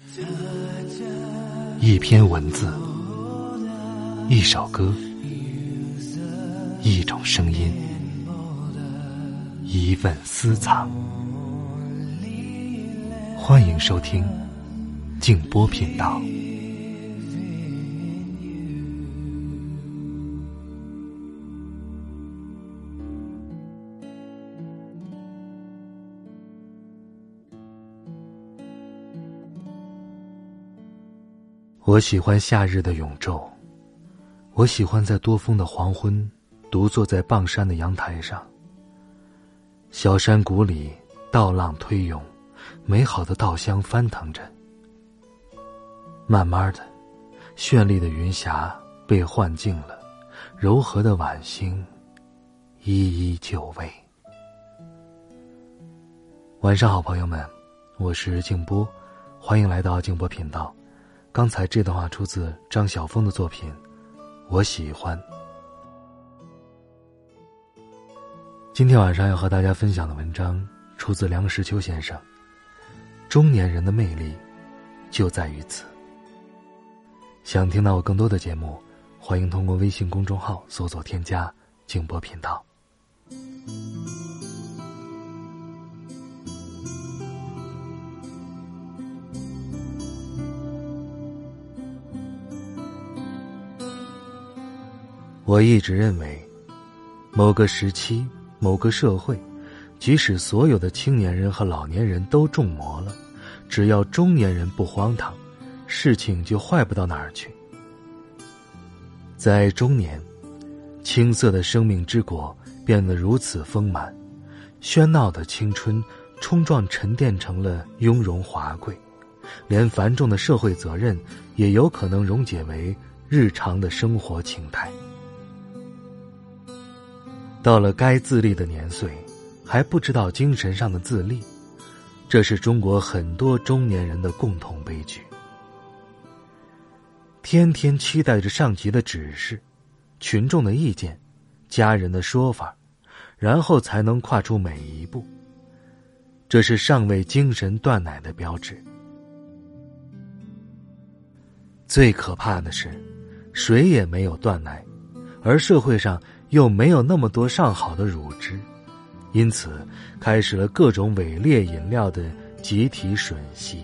一篇文字，一首歌，一种声音，一份私藏。欢迎收听静波频道。我喜欢夏日的永昼，我喜欢在多风的黄昏独坐在傍山的阳台上。小山谷里稻浪推涌，美好的稻香翻腾着。慢慢的，绚丽的云霞被幻境了，柔和的晚星一一就位。晚上好，朋友们，我是静波，欢迎来到静波频道。刚才这段话出自张晓峰的作品《我喜欢》。今天晚上要和大家分享的文章出自梁实秋先生。中年人的魅力就在于此。想听到我更多的节目，欢迎通过微信公众号搜索添加静波频道。我一直认为，某个时期，某个社会，即使所有的青年人和老年人都中魔了，只要中年人不荒唐，事情就坏不到哪儿去。在中年，青涩的生命之果变得如此丰满，喧闹的青春冲撞沉淀成了雍容华贵，连繁重的社会责任也有可能溶解为日常的生活情态。到了该自立的年岁，还不知道精神上的自立，这是中国很多中年人的共同悲剧。天天期待着上级的指示、群众的意见、家人的说法，然后才能跨出每一步，这是尚未精神断奶的标志。最可怕的是，谁也没有断奶，而社会上又没有那么多上好的乳汁，因此开始了各种伪劣饮料的集体吮吸。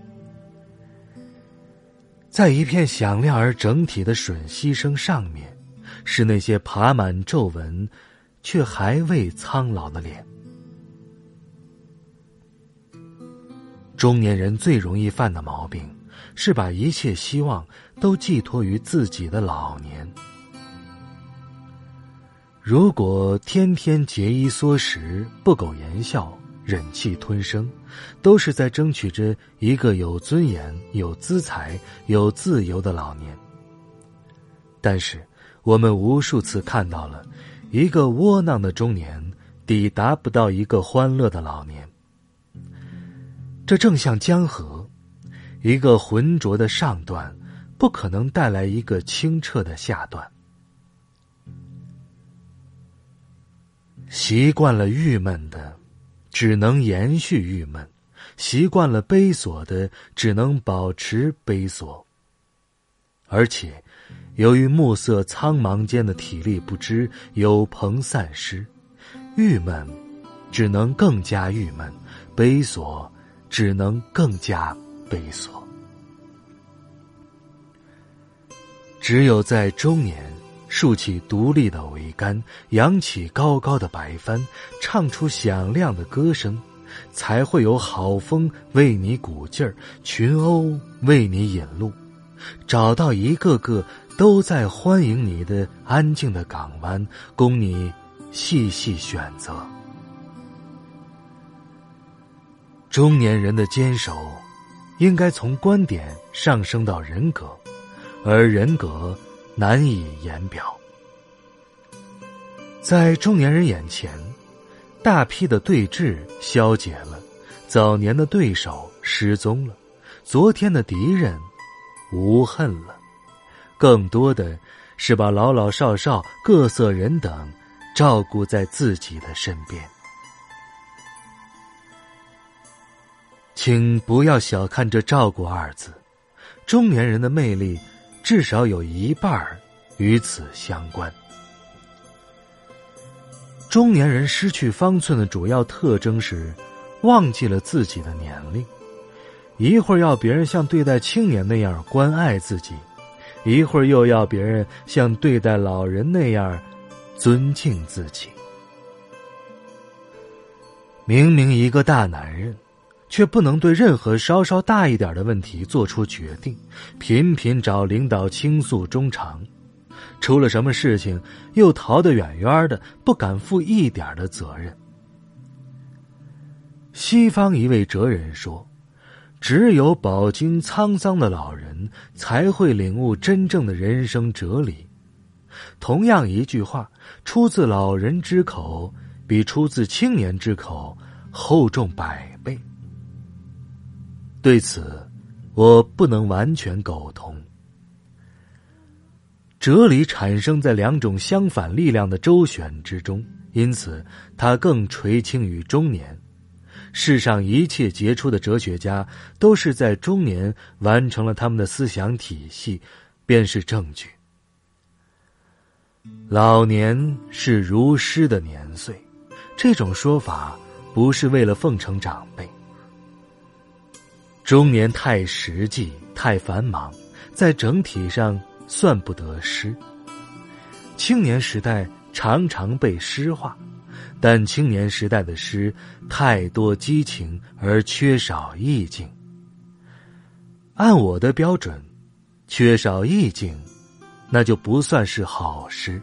在一片响亮而整体的吮吸声上面，是那些爬满皱纹却还未苍老的脸。中年人最容易犯的毛病，是把一切希望都寄托于自己的老年。如果天天节衣缩食、不苟言笑、忍气吞声，都是在争取着一个有尊严、有资财、有自由的老年。但是我们无数次看到了一个窝囊的中年抵达不到一个欢乐的老年。这正像江河，一个浑浊的上段不可能带来一个清澈的下段。习惯了郁闷的，只能延续郁闷；习惯了悲锁的，只能保持悲锁。而且，由于暮色苍茫间的体力不支有朋散失，郁闷只能更加郁闷，悲锁只能更加悲锁。只有在中年，竖起独立的桅杆，扬起高高的白帆，唱出响亮的歌声，才会有好风为你鼓劲儿，群鸥为你引路，找到一个个都在欢迎你的安静的港湾，供你细细选择。中年人的坚守，应该从观点上升到人格，而人格难以言表。在中年人眼前，大批的对峙消解了，早年的对手失踪了，昨天的敌人无恨了，更多的是把老老少少各色人等照顾在自己的身边。 请不要小看这照顾二字，中年人的魅力至少有一半与此相关。中年人失去方寸的主要特征是忘记了自己的年龄，一会儿要别人像对待青年那样关爱自己，一会儿又要别人像对待老人那样尊敬自己。明明一个大男人，却不能对任何稍稍大一点的问题做出决定，频频找领导倾诉衷肠，出了什么事情又逃得远远的，不敢负一点的责任。西方一位哲人说，只有饱经沧桑的老人才会领悟真正的人生哲理。同样一句话，出自老人之口，比出自青年之口厚重100倍。对此，我不能完全苟同。哲理产生在2种相反力量的周旋之中，因此它更垂青于中年。世上一切杰出的哲学家都是在中年完成了他们的思想体系，便是证据。老年是如诗的年岁，这种说法不是为了奉承长辈。中年太实际太繁忙，在整体上算不得诗。青年时代常常被诗化，但青年时代的诗太多激情而缺少意境。按我的标准，缺少意境，那就不算是好诗。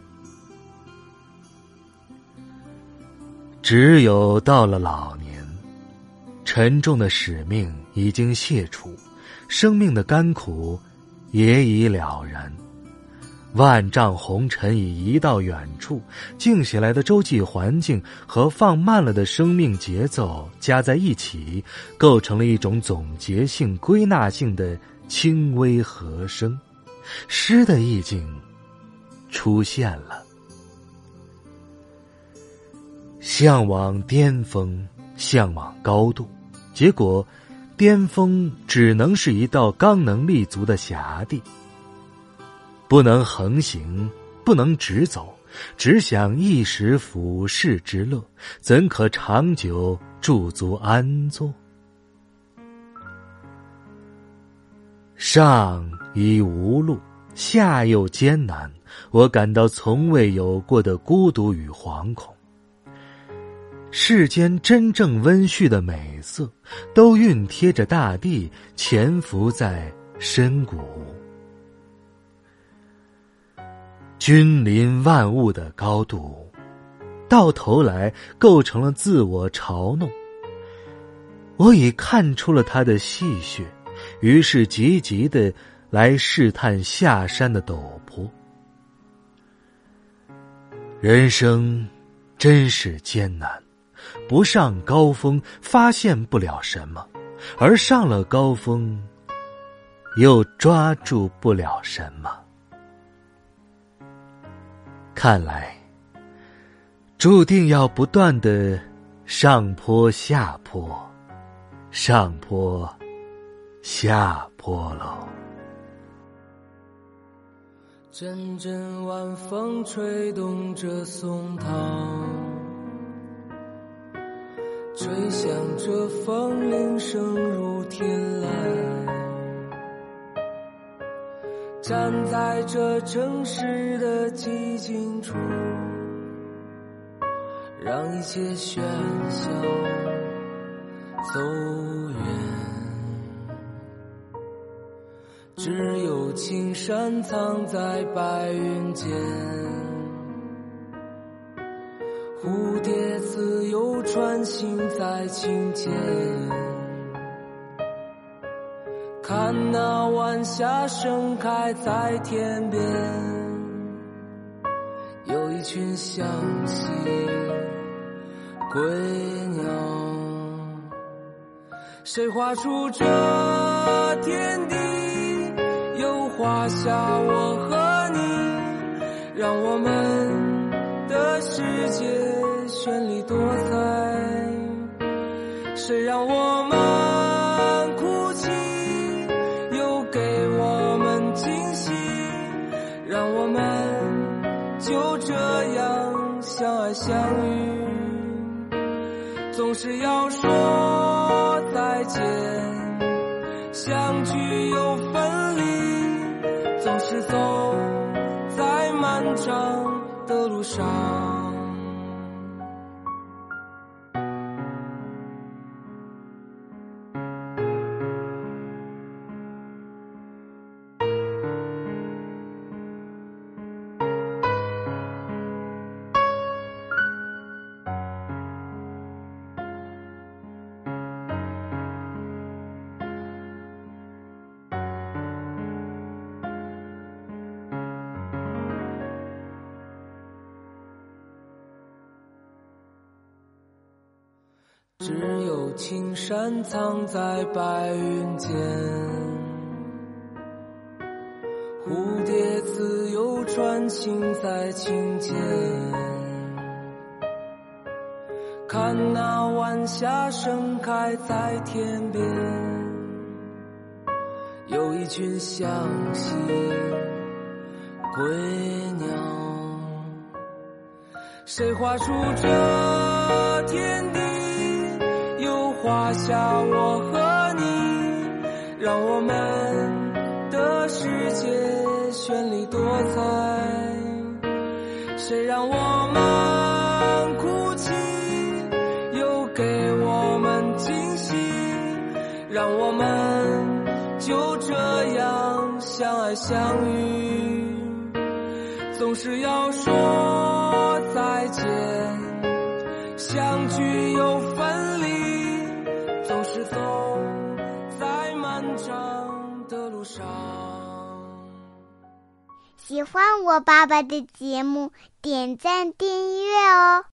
只有到了老年，沉重的使命已经卸除，生命的甘苦也已了然，万丈红尘已移到远处，静下来的周际环境和放慢了的生命节奏加在一起，构成了一种总结性归纳性的轻微和声，诗的意境出现了。向往巅峰，向往高度，结果巅峰只能是一道刚能立足的狭地，不能横行，不能直走，只想一时俯视之乐，怎可长久驻足安坐？上已无路，下又艰难，我感到从未有过的孤独与惶恐。世间真正温煦的美色，都熨贴着大地，潜伏在深谷。君临万物的高度，到头来构成了自我嘲弄。我已看出了他的戏谑，于是急急地来试探下山的陡坡。人生真是艰难，不上高峰发现不了什么，而上了高峰又抓住不了什么。看来注定要不断的上坡下坡，上坡下坡喽。 阵阵晚风吹动着松涛，吹响着风铃声如天籁。站在这城市的寂静处，让一切喧嚣走远。只有青山藏在白云间，蝴蝶自由穿行在清涧。看那晚霞盛开在天边，有一群向西归鸟。谁画出这天地，又画下我和你，让我们的世界绚丽多彩。谁让我们相遇，总是要说再见，相聚又分离，总是走在漫长的路上。只有青山藏在白云间，蝴蝶自由穿行在清间，看那晚霞盛开在天边，有一群向西归鸟，谁画出这天地，画下我和你，让我们的世界绚丽多彩。谁让我们哭泣，又给我们惊喜，让我们就这样相爱相遇。总是要说再见，相聚又分离，总是走在漫长的路上。 喜欢我爸爸的节目，点赞订阅哦。